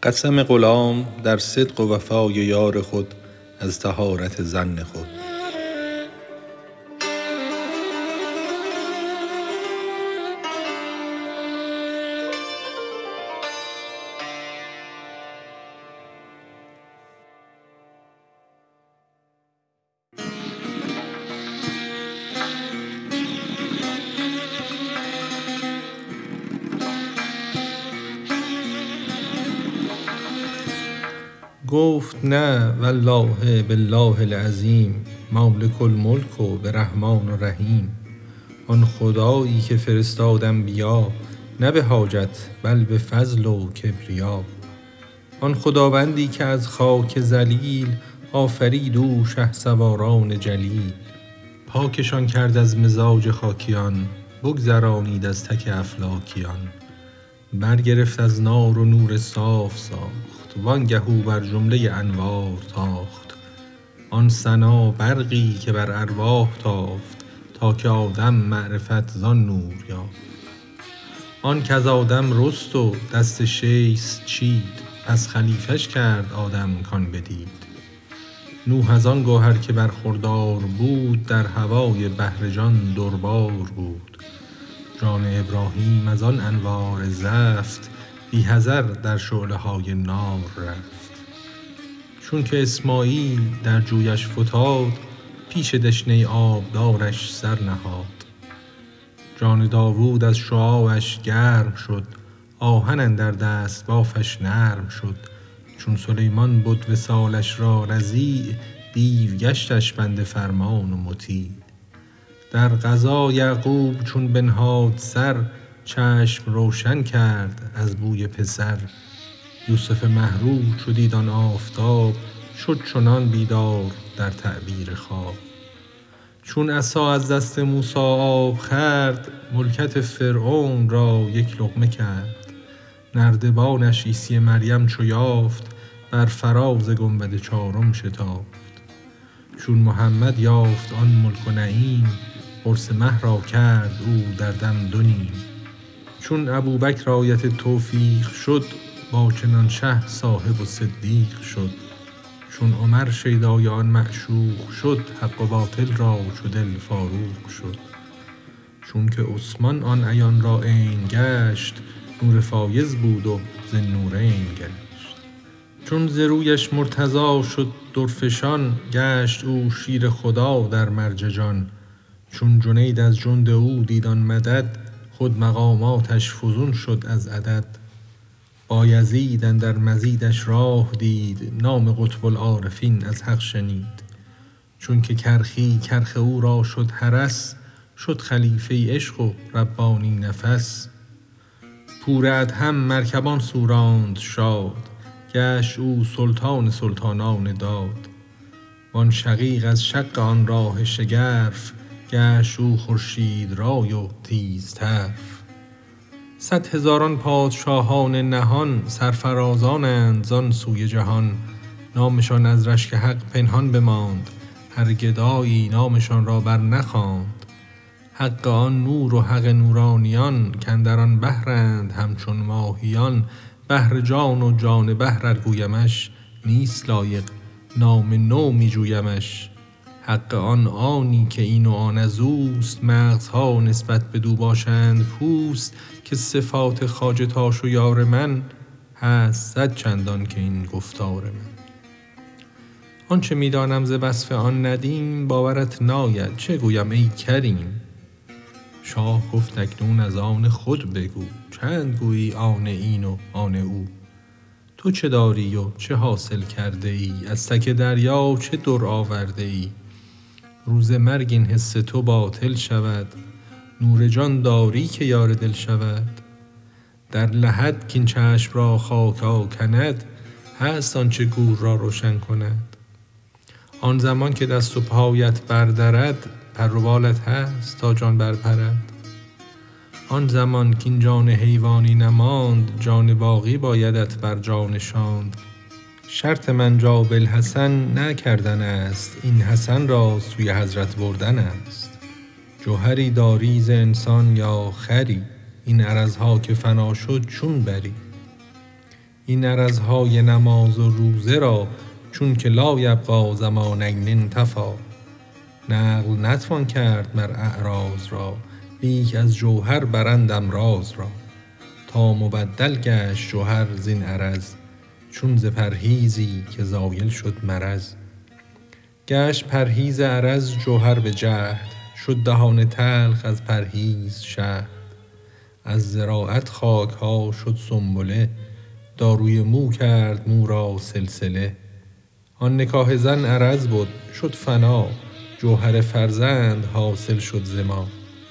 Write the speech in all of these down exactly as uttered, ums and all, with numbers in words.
قسم غلام در صدق و وفای یار خود از طهارت ظن خود. گفت نه والله بالله العظیم، مالک الملک و برحمن و رحیم. آن خدایی که فرستاد انبیا، نه به حاجت بل به فضل و کبریا. آن خداوندی که از خاک ذلیل، آفرید او شهسواران جلیل. پاکشان کرد از مزاج خاکیان، بگذرانید از تک افلاکیان. برگرفت از نار و نور صاف ساخت، وانگه او بر جمله انوار تاخت. آن ثنا برقی که بر ارواح تافت، تا که آدم معرفت زان نور یافت. آن کز آدم رست و دست شیث چید، پس خلیفش کرد آدم کان بدید. نوح از آن گوهر که برخوردار بود، در هوای بحر جان دربار بود. جان ابراهیم از آن انوار زفت، بی حذر در شعله های نار رفت. چون که اسماعیل در جویش فتاد، پیش دشنه آبدارش سر نهاد. جان داوود از شعاعش گرم شد، آهن اندر دست بافش نرم شد. چون سلیمان بد وصالش را رضیع، دیو گشتش بنده فرمان و مطیع. در قضا یعقوب چون بنهاد سر، چشم روشن کرد از بوی پسر. یوسف مه رو چو دید آن آفتاب، شد چنان بیدار در تعبیر خواب. چون عصا از دست موسی آب خورد، ملکت فرعون را یک لقمه کرد. نردبانش عیسی مریم چو یافت، بر فراز گنبد چارم شتافت. چون محمد یافت آن ملک و نعیم، قرص مه را کرد او در دم دو نیم. چون ابوبکر آیت توفیق شد، با چنان شه صاحب و صدیق شد. چون عمر شیدای آن معشوق شد، حق و باطل را چو دل فاروق شد. چون که عثمان آن عیان را عین گشت، نور فایز بود و ذی النورین گشت. چون ز رویش مرتضی شد درفشان، گشت او شیر خدا در مرج جان. چون جنید از جند او دید آن مدد، خود مقاماتش فزون شد از عدد. بایزید اندر مزیدش راه دید، نام قطب العارفین از حق شنید. چون که کرخی کرخ او را شد هرس، شد خلیفه عشق و ربانی نفس. پور ادهم مرکبان سوراند شاد، گشت او سلطان سلطانان داد. وان شقیق از شق آن راه شگرف، گشت او خورشید رای و تیز طرف. صد هزاران پادشاهان نهان، سرفرازانند زان سوی جهان. نامشان از رشک حق پنهان بماند، هر گدایی نامشان را بر نخواند. حق آن نور و حق نورانیان، کاندر آن بحرند همچون ماهیان. بحر جان و جان بحر ار گویمش، نیست لایق نام نو می جویمش. حق آن آنی که این و آن از اوست، مغزها نسبت بدو باشند پوست. که صفات خواجه تاش و یار من، هست صد چندان که این گفتار من. آنچه می دانم ز وصف آن ندیم، باورت ناید چه گویم ای کریم. شاه گفت اکنون از آن خود بگو، چند گویی آن این و آن او. تو چه داری و چه حاصل کرده ای، از تک دریا چه در آورده ای. روز مرگ این حس تو باطل شود، نور جان داری که یار دل شود. در لحد کین چشم را خاک آکند، هست آنچه گور را روشن کند. آن زمان که دست و پایت بردرد، پر و بالت هست تا جان برپرد. آن زمان کین جان حیوانی نماند، جان باقی بایدت بر جان شاند. شرط من جا بالحسن نکردن است، این حسن را سوی حضرت بردن است. جوهری داری ز انسان یا خری، این عرضها که فنا شد چون بری. این عرضهای نماز و روزه را چون که لا یبقی زمانین انتفا. نقل نتوان کرد مر اعراض را لیک از جوهر برند امراض را. تا مبدل گشت جوهر زین عرض چون ز پرهیزی که زایل شد مرض. گشت پرهیز عرض جوهر به جهد شد دهان تلخ از پرهیز شهد. از زراعت خاک ها شد سنبله داروی مو کرد مو را سلسله. آن نکاح زن عرض بود شد فنا جوهر فرزند حاصل شد ز ما.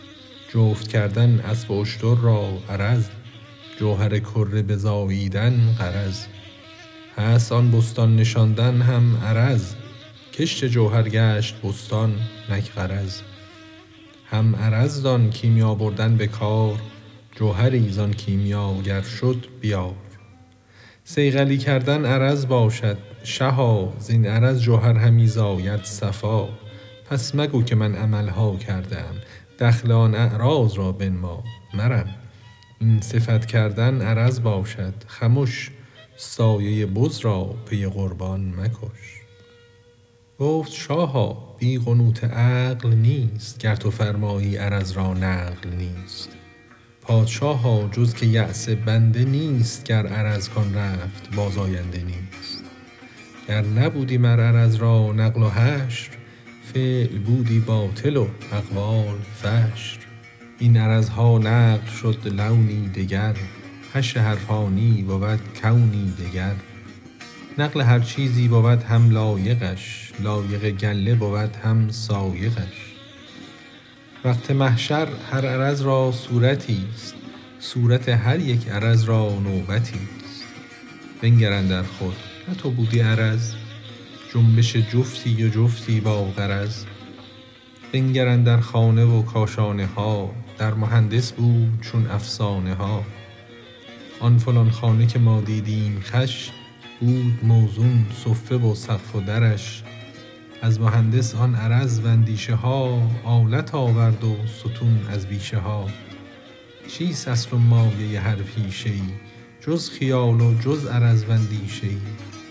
جفت کردن اسب و اشتر را عرض جوهر کره بزاییدن غرض. هست آن بستان نشاندن هم عرض کشت جوهر گشت بستان نک غرض. هم عرض دان کیمیا بردن به کار جوهری زان کیمیاگر شد بیار. صیقلی کردن عرض باشد شها زین عرض جوهر همی زاید صفا. پس مگو که من عملها کردم دخل آن اعراض را بنما مرم. این صفت کردن عرض باشد خمش سایه بز را پی قربان مکش. گفت شاها بی قنوت عقل نیست گر تو فرمایی عرض را نقل نیست. پادشاها جز که یأس بنده نیست گر عرض کان رفت بازآینده نیست. گر نبودی مر عرض را نقل و حشر فعل بودی باطل و اقوال فشر. این عرضها نقل شد لونی دگر حشر حرفانی بود کونی دگر. نقل هر چیزی بود هم لایقش لایق گله بود هم سایقش. وقت محشر هر عرض را صورتی است صورت هر یک عرض را نوبتی است. بنگر اندر خود نه تو بودی عرض جنبش جفتی و جفتی با غرض. بنگر اندر خانه و کاشانه ها در مهندس بود چون افسانه ها. آن فلان خانه که ما دیدیم خوش بود موزون صفه و سقف و درش. از مهندس آن عرض و اندیشه ها آلت آورد و ستون از بیشه ها. چیست اصل و مایه هر پیشه ای جز خیال و جز عرض و اندیشه ای.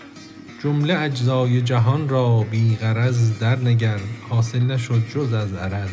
جمله اجزای جهان را بی غرض در نگر حاصل نشد جز از عرض.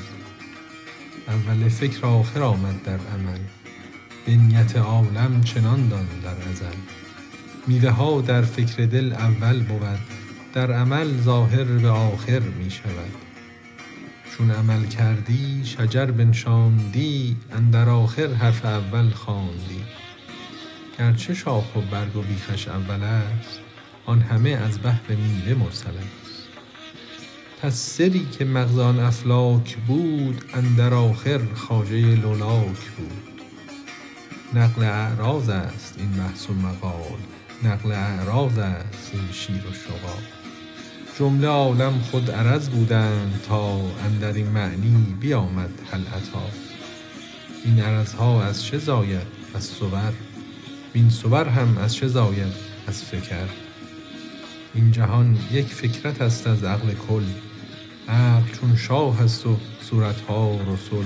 اول فکر آخر آمد در عمل بنیت عالم چنان دان در ازل. میوه ها در فکر دل اول بود در عمل ظاهر به آخر می شود. چون عمل کردی شجر بنشاندی اندر آخر حرف اول خواندی. گرچه شاخ و برگ و بیخش اول است آن همه از بهر میوه مرسل است. پس سری که مغز آن افلاک بود اندر آخر خواجه لولاک بود. نقل اعراض است این بحث و مقال نقل اعراض است این شیر و شغال. جمله عالم خود عرض بودند تا اندر این معنی بیامد هل اتی. این عرضها از چه زاید از صور وین صور هم از چه زاید از فکر. این جهان یک فکرت است از عقل کل عقل چون شاه است و صورتها رسل.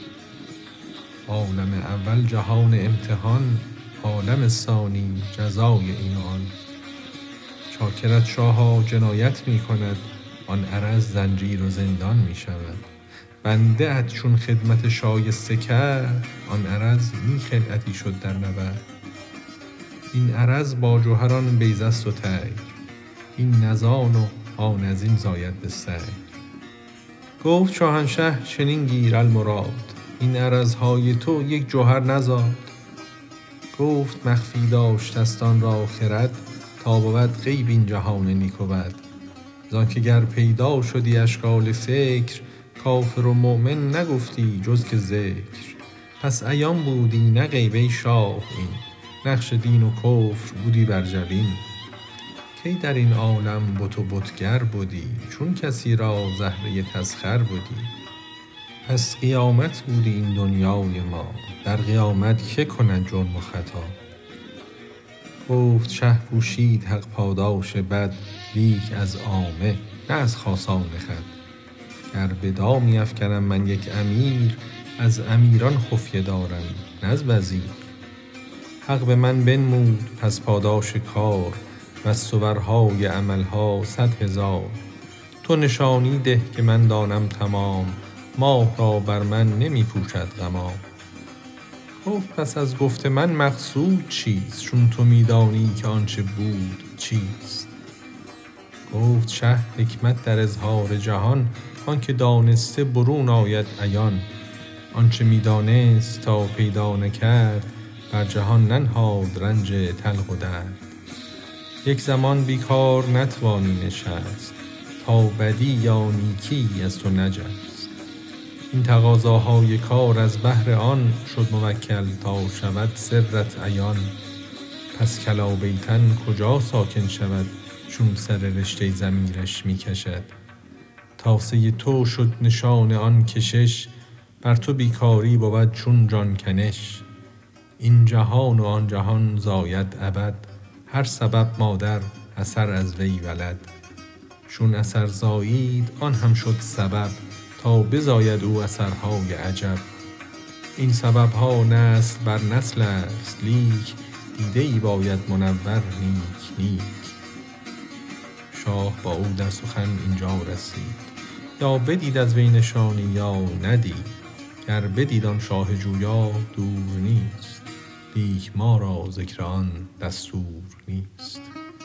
عالم اول جهان امتحان عالم ثانی جزای این و آن. چاکرت شاها جنایت می کند آن عرض زنجیر و زندان می شود. بنده ات چون خدمت شایسته کرد آن عرض نی خلعتی شد در نبرد. این عرض با جوهران بیضه است و طیر این نزان و آن از این زاید به سیر. گفت شاهنشه چنین گیر المراد این عرضهای تو یک جوهر نزاد. گفت مخفی داشته است آن را خرد تا بود غیب این جهان نیک و بد. زانکه گر پیدا شدی اشکال فکر کافر و مؤمن نگفتی جز که ذکر. پس عیان بودی نه غیب ای شاه این نقش دین و کفر بودی بر جبین. کی در این عالم بت و بتگر بودی چون کسی را زهره تسخر بودی. پس قیامت بودی این دنیای ما در قیامت که کند جرم و خطا. گفت شه پوشید حق پاداش بد لیک از عامه نه از خاصان خود. گر به دامی افکنم من یک امیر از امیران خفیه دارم نه از وزیر. حق به من بنمود پس پاداش کار، و صورهای عملها صد هزار. تو نشانی ده که من دانم تمام، ماه را بر من نمی پوشد غمام. گفت پس از گفت من مقصود چیست، چون تو می دانی که آنچه بود چیست. گفت شه حکمت در اظهار جهان، آنکه دانسته برون آید عیان. آنچه می دانست تا پیدا نکرد، بر جهان ننهاد رنج تلخ و درد. یک زمان بیکار نتوانی نشست، تا بدی یا نیکی از تو نجست. این تقاضاهای کار از بهر آن، شد موکل تا شود سرت عیان. پس کلا بیتن کجا ساکن شود، چون سر رشته ضمیرش می کشد. تاسه تو شد نشان آن کشش، بر تو بیکاری بود چون جان کنش. این جهان و آن جهان زاید ابد، هر سبب مادر اثر از وی ولد. چون اثر زایید آن هم شد سبب، تا بزاید او اثرهای عجب. این سببها نسل بر نسل است، لیک دیده ای باید منور نیک نیک. شاه با او در سخن اینجا رسید، یا بدید از وی نشانی یا ندید. گر بدید آن شاه جویا دور نیست، لیک ما را ذکر آن دستور نیست.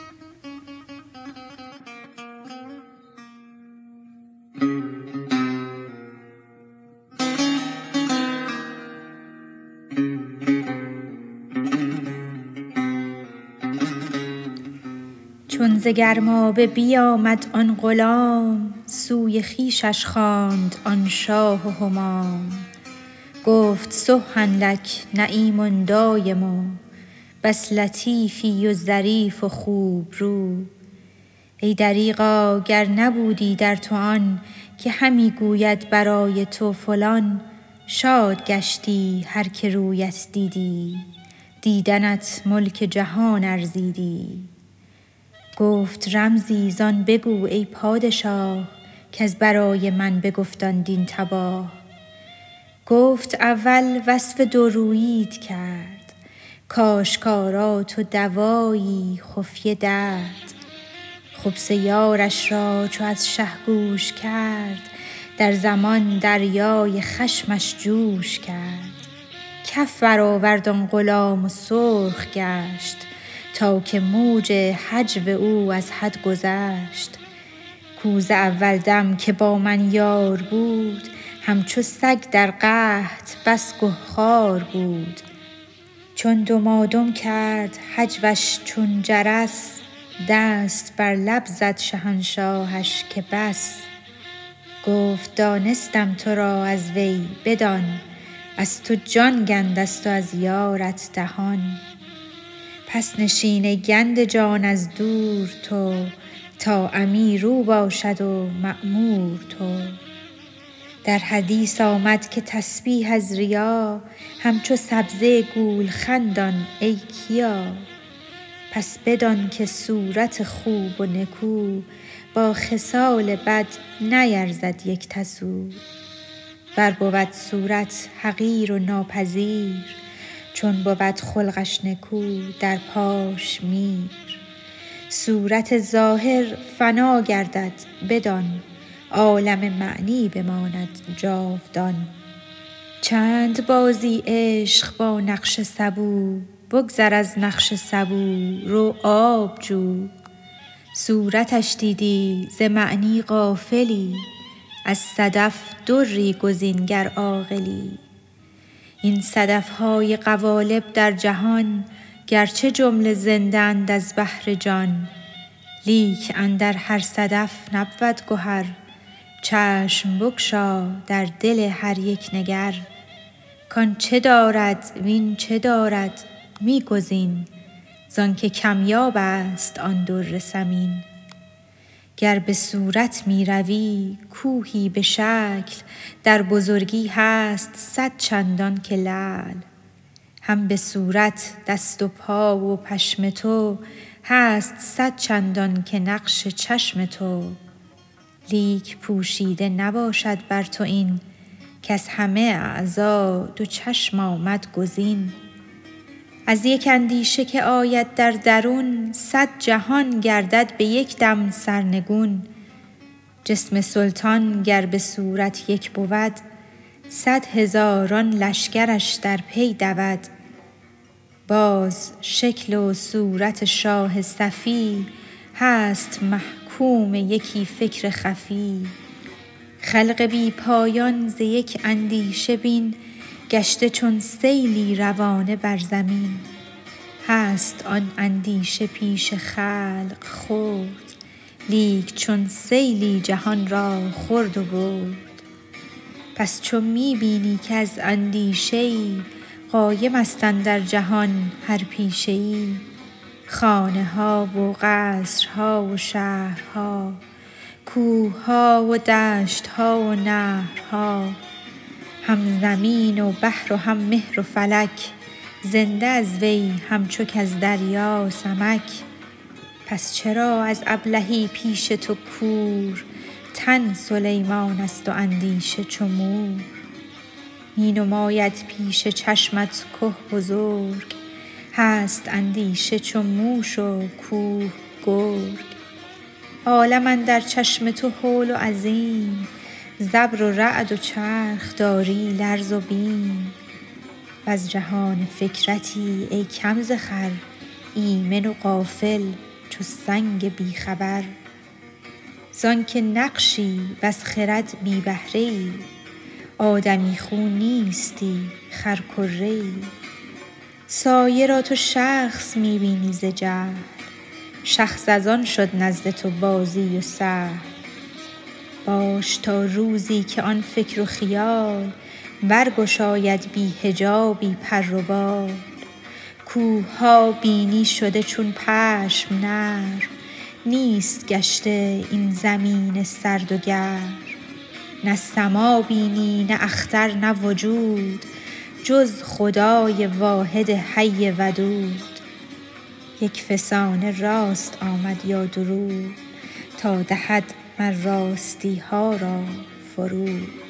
چون ز گرمابه بیامد آن غلام، سوی خویشش خواند آن شاه همام. گفت سبحا لک نعیم دایم، بس لطیفی و ظریف و خوب رو. ای دریغا گر نبودی در تو آن، که همی گوید برای تو فلان. شاد گشتی هر که رویت دیدی، دیدنت ملک جهان ارزیدی. گفت رمزی زان بگو ای پادشاه، کز برای من بگفت آن دین تباه. گفت اول وصف دوروییت کرد، کاشکارا و دوایی خفیه درد. خبث یارش را چو از شه گوش کرد، در زمان دریای خشمش جوش کرد. کف برآورد آن غلام و سرخ گشت، تا که موج هجو او از حد گذشت. کو ز اول دم که با من یار بود، همچو سگ در قحط بس گهخوار بود. چون دمادم کرد هجوش چون جرس، دست بر لب زد شهنشاهش که بس. گفت دانستم تو را از وی بدان، از تو جان گند است و از یارت دهان. پس نشین ای گنده جان از دور تو، تا امیر او باشد و مأمور تو. در حدیث آمد که تسبیح از ریا، همچو سبزه گولخند دان ای کیا. پس بدان که صورت خوب و نکو، با خصال بد نیرزد یک تسو. ور بود صورت حقیر و ناپذیر، چون بود خلقش نکو در پاش میر. صورت ظاهر فنا گردد بدان، عالم معنی بماند جاودان. چند بازی عشق با نقش سبو، بگذر از نقش سبو رو آب جو. صورتش دیدی ز معنی غافلی، از صدف دری گزین گر عاقلی. این صدفهای قوالب در جهان، گرچه جمله زنده اند از بهر جان. لیک اندر هر صدف نبود گهر، چشم بگشا در دل هر یک نگر. کان چه دارد وین چه دارد می گزین، زانکه کمیاب است آن در ثمین. گر به صورت می روی کوهی به شکل، در بزرگی هست صد چندان که لعل. هم به صورت دست و پا و پشم تو، هست صد چندان که نقش چشم تو. لیک پوشیده نباشد بر تو این، کز همه اعضا دو چشم آمد گزین. از یک اندیشه که آید در درون، صد جهان گردد به یک دم سرنگون. جسم سلطان گر به صورت یک بود، صد هزاران لشکرش در پی دود. باز شکل و صورت شاه صفی، هست محکوم یکی فکر خفی. خلق بی پایان ز یک اندیشه بین، گشته چون سیلی روانه بر زمین. هست آن اندیشه پیش خلق خرد، لیک چون سیلی جهان را خورد و برد. پس چو می بینی که از اندیشه ای، قایم است اندر جهان هر پیشه ای. خانه ها و قصرها و شهرها، کوه ها و دشت ها و نهرها. هم زمین و بحر و هم مهر و فلک، زنده از وی همچو کز دریا سمک. پس چرا از ابلهی پیش تو کور، تن سلیمان است و اندیشه چو مور. می نماید پیش چشمت که بزرگ، هست اندیشه چو موش و کوه گرگ. عالم اندر چشم تو هول و عظیم، زبر و رعد و چرخ داری لرز و بیم. وز جهان فکرتی ای کم ز خر، ایمن و غافل چو سنگ بی خبر. زانکه نقشی وز خرد بی بهره ای، آدمی خو نیستی خر کره ای. سایه را تو شخص می بینی ز جهل، شخص از آن شد نزد تو بازی و سهل. باش تا روزی که آن فکر و خیال، برگشاید بی حجابی پر و بال. کوه ها بینی شده چون پشم نرم، نیست گشته این زمین سرد و گرم. نه سما بینی نه اختر نه وجود، جز خدای واحد حی ودود. یک فسانه راست آمد یا دروغ، تا دهد مر راستی ها را فرود.